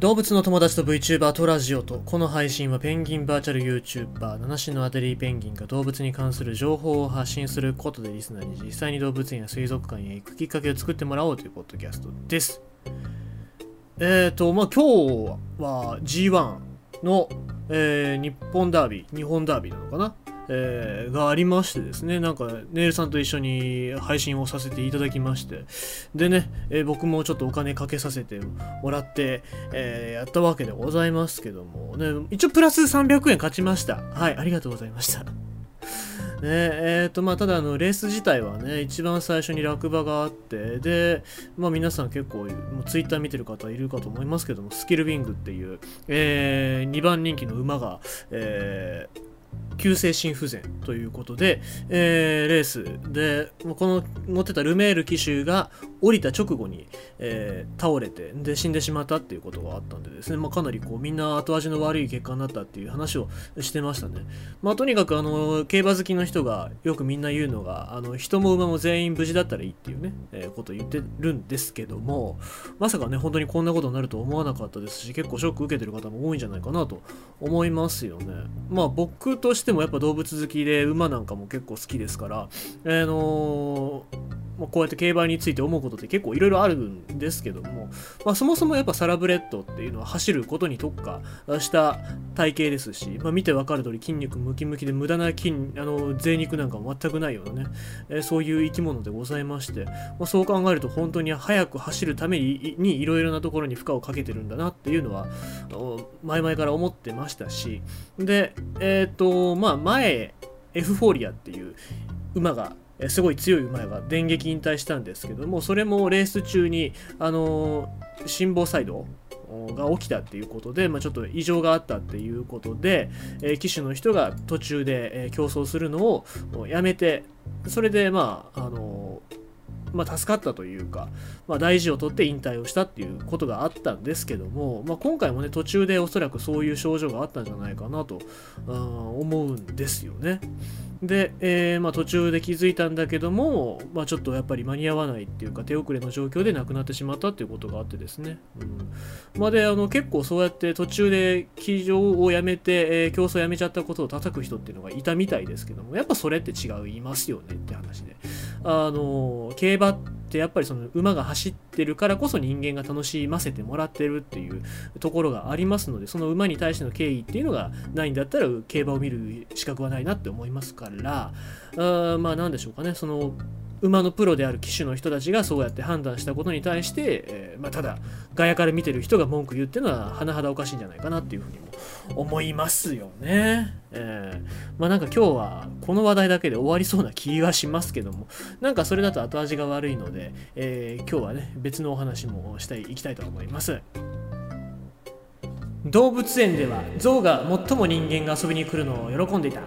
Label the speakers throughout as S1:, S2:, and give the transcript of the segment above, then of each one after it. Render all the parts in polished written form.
S1: 動物の友達と VTuber とラジオと、この配信はペンギンバーチャル YouTuber 七種のアデリーペンギンが動物に関する情報を発信することでリスナーに実際に動物園や水族館へ行くきっかけを作ってもらおうというポッドキャストです。今日は G1 の、日本ダービーなのかな、がありましてですね、なんかネイルさんと一緒に配信をさせていただきまして、でね、僕もちょっとお金かけさせてもらって、やったわけでございますけども、ね、一応プラス300円勝ちました。はい、ありがとうございました。ね、ただレース自体はね、一番最初に落馬があって、で、皆さん結構もうツイッター見てる方いるかと思いますけども、スキルウィングっていう、2番人気の馬が、急性心不全ということで、レースでこの乗ってたルメール騎手が降りた直後に、倒れてで死んでしまったっていうことがあったんでですね、かなりみんな後味の悪い結果になったっていう話をしてましたね。とにかく競馬好きの人がよくみんな言うのが、人も馬も全員無事だったらいいっていうね、ことを言ってるんですけども、まさかね本当にこんなことになると思わなかったですし、結構ショック受けてる方も多いんじゃないかなと思いますよね。僕としてもやっぱ動物好きで馬なんかも結構好きですから、こうやって競馬について思うことって結構いろいろあるんですけども、そもそもやっぱサラブレッドっていうのは走ることに特化した体型ですし、見てわかる通り筋肉ムキムキで無駄な贅肉なんかも全くないようなね、そういう生き物でございまして、そう考えると本当に速く走るためにいろいろなところに負荷をかけてるんだなっていうのは前々から思ってましたし、で前エフフォーリアっていう馬がすごい強い馬が電撃引退したんですけども、それもレース中に心房細動が起きたっていうことで、ちょっと異常があったっていうことで、騎手の人が途中で、競走するのをやめて、それで助かったというか、大事を取って引退をしたっていうことがあったんですけども、今回もね途中でおそらくそういう症状があったんじゃないかなと思うんですよね。で、途中で気づいたんだけども、ちょっとやっぱり間に合わないっていうか手遅れの状況で亡くなってしまったっていうことがあってですね、結構そうやって途中で騎乗をやめて、競争をやめちゃったことを叩く人っていうのがいたみたいですけども、やっぱそれって違いますよねって話で、競馬ってやっぱりその馬が走ってるからこそ人間が楽しませてもらってるっていうところがありますので、その馬に対しての敬意っていうのがないんだったら競馬を見る資格はないなって思いますから、なんでしょうかね、その馬のプロである騎手の人たちがそうやって判断したことに対して、ただ外野から見てる人が文句言うっていうのは甚だおかしいんじゃないかなっていうふうにも思いますよね。なんか今日はこの話題だけで終わりそうな気がしますけども、なんかそれだと後味が悪いので、今日はね別のお話もいきたいと思います。動物園では象が最も人間が遊びに来るのを喜んでいた。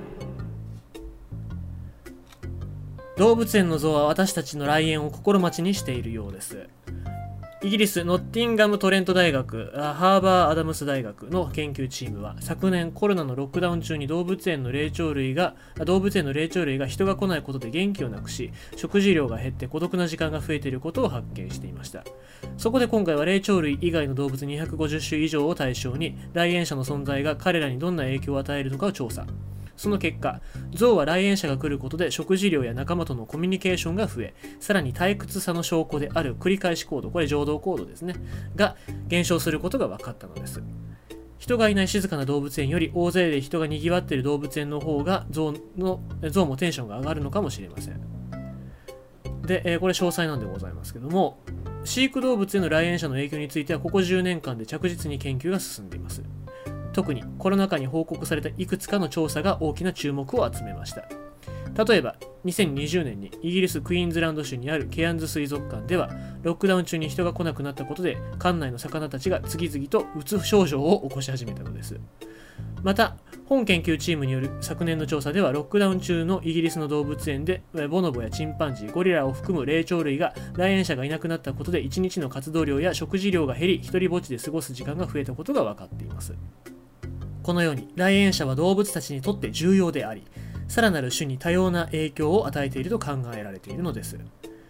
S1: 動物園の象は私たちの来園を心待ちにしているようです。イギリスノッティンガムトレント大学、ハーバーアダムス大学の研究チームは昨年コロナのロックダウン中に動物園の霊長類が人が来ないことで元気をなくし、食事量が減って孤独な時間が増えていることを発見していました。そこで今回は霊長類以外の動物250種以上を対象に来園者の存在が彼らにどんな影響を与えるのかを調査。その結果、象は来園者が来ることで食事量や仲間とのコミュニケーションが増え、さらに退屈さの証拠である繰り返し行動、これ情動行動ですね、が減少することが分かったのです。人がいない静かな動物園より大勢で人が賑わっている動物園の方が象もテンションが上がるのかもしれません。で、これ詳細なんでございますけども、飼育動物への来園者の影響についてはここ10年間で着実に研究が進んでいます。特にコロナ禍に報告されたいくつかの調査が大きな注目を集めました。例えば2020年にイギリスクイーンズランド州にあるケアンズ水族館ではロックダウン中に人が来なくなったことで館内の魚たちが次々とうつ症状を起こし始めたのです。また本研究チームによる昨年の調査ではロックダウン中のイギリスの動物園でボノボやチンパンジー、ゴリラを含む霊長類が来園者がいなくなったことで1日の活動量や食事量が減り、一人ぼっちで過ごす時間が増えたことが分かっています。このように来園者は動物たちにとって重要であり、さらなる種に多様な影響を与えていると考えられているのです。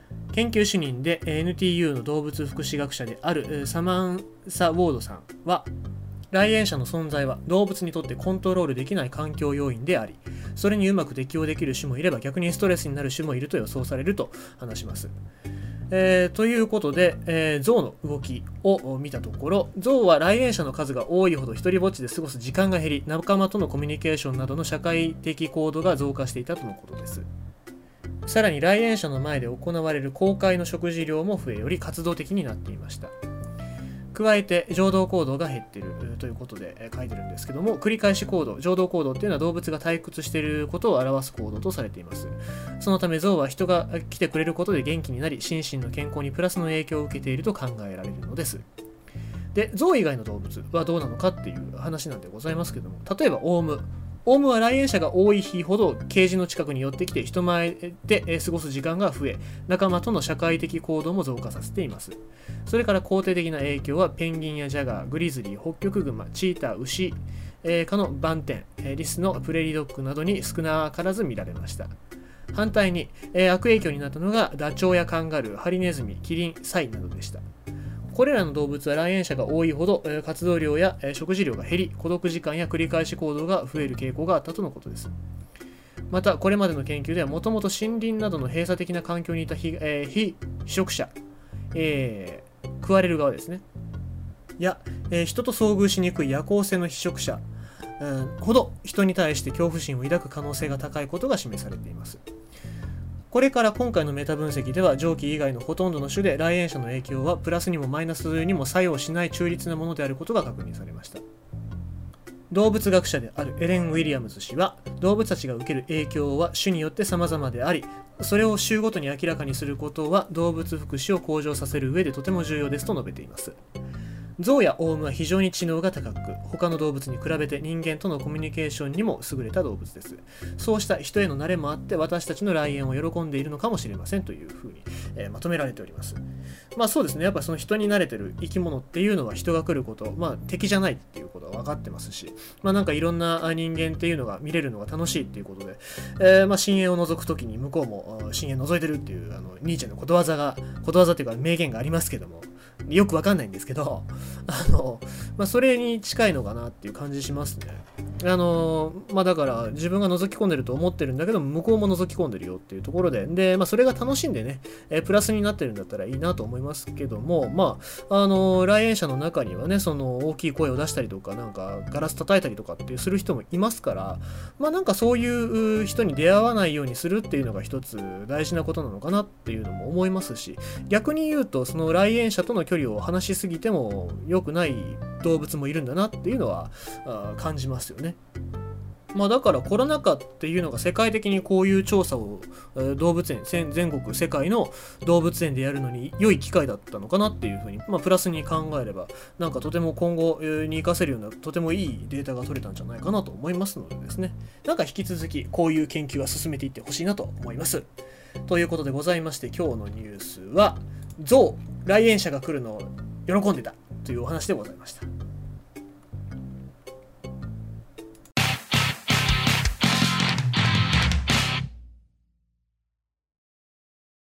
S1: 研究主任で NTU の動物福祉学者であるサマンサ・ウォードさんは、来園者の存在は動物にとってコントロールできない環境要因であり、それにうまく適応できる種もいれば逆にストレスになる種もいると予想されると話します。ということで、象の動きを見たところ、象は来園者の数が多いほど一人ぼっちで過ごす時間が減り、仲間とのコミュニケーションなどの社会的行動が増加していたとのことです。さらに来園者の前で行われる公開の食事量も増えより活動的になっていました。加えて情動行動が減っているということで書いてるんですけども、繰り返し行動、情動行動っていうのは動物が退屈していることを表す行動とされています。そのため象は人が来てくれることで元気になり、心身の健康にプラスの影響を受けていると考えられるのです。で、象以外の動物はどうなのかっていう話なんでございますけども、例えばオウム。オウムは来園者が多い日ほどケージの近くに寄ってきて人前で過ごす時間が増え、仲間との社会的行動も増加させています。それから肯定的な影響はペンギンやジャガー、グリズリー、ホッキョクグマ、チーター、牛、科の斑点、リスのプレリドッグなどに少なからず見られました。反対に、悪影響になったのがダチョウやカンガルー、ハリネズミ、キリン、サイなどでした。これらの動物は来園者が多いほど活動量や食事量が減り、孤独時間や繰り返し行動が増える傾向があったとのことです。また、これまでの研究ではもともと森林などの閉鎖的な環境にいた非食者、食われる側ですね。や、人と遭遇しにくい夜行性の非食者、ほど人に対して恐怖心を抱く可能性が高いことが示されています。これから今回のメタ分析では上記以外のほとんどの種で来園者の影響はプラスにもマイナスにも作用しない中立なものであることが確認されました。動物学者であるエレン・ウィリアムズ氏は、動物たちが受ける影響は種によって様々であり、それを種ごとに明らかにすることは動物福祉を向上させる上でとても重要ですと述べています。象やオウムは非常に知能が高く、他の動物に比べて人間とのコミュニケーションにも優れた動物です。そうした人への慣れもあって、私たちの来園を喜んでいるのかもしれませんというふうに、まとめられております。まあそうですね、やっぱその人に慣れてる生き物っていうのは人が来ること、敵じゃないっていうことは分かってますし、なんかいろんな人間っていうのが見れるのが楽しいっていうことで、深淵を覗くときに向こうも深淵覗いてるっていうニーチェのことわざっていうか名言がありますけども、よくわかんないんですけど、それに近いのかなっていう感じしますね。だから自分が覗き込んでると思ってるんだけど、向こうも覗き込んでるよっていうところで、それが楽しんでね、プラスになってるんだったらいいなと思いますけども、来園者の中にはね、その大きい声を出したりとか、なんかガラス叩いたりとかってする人もいますから、なんかそういう人に出会わないようにするっていうのが一つ大事なことなのかなっていうのも思いますし、逆に言うと、その来園者との距離を離しすぎても良くない動物もいるんだなっていうのは感じますよね。だからコロナ禍っていうのが世界的にこういう調査を動物園全国世界の動物園でやるのに良い機会だったのかなっていうふうに、プラスに考えればなんかとても今後に活かせるようなとてもいいデータが取れたんじゃないかなと思いますのでですね、なんか引き続きこういう研究は進めていってほしいなと思います。ということでございまして、今日のニュースは象来園者が来るのを喜んでたというお話でございました。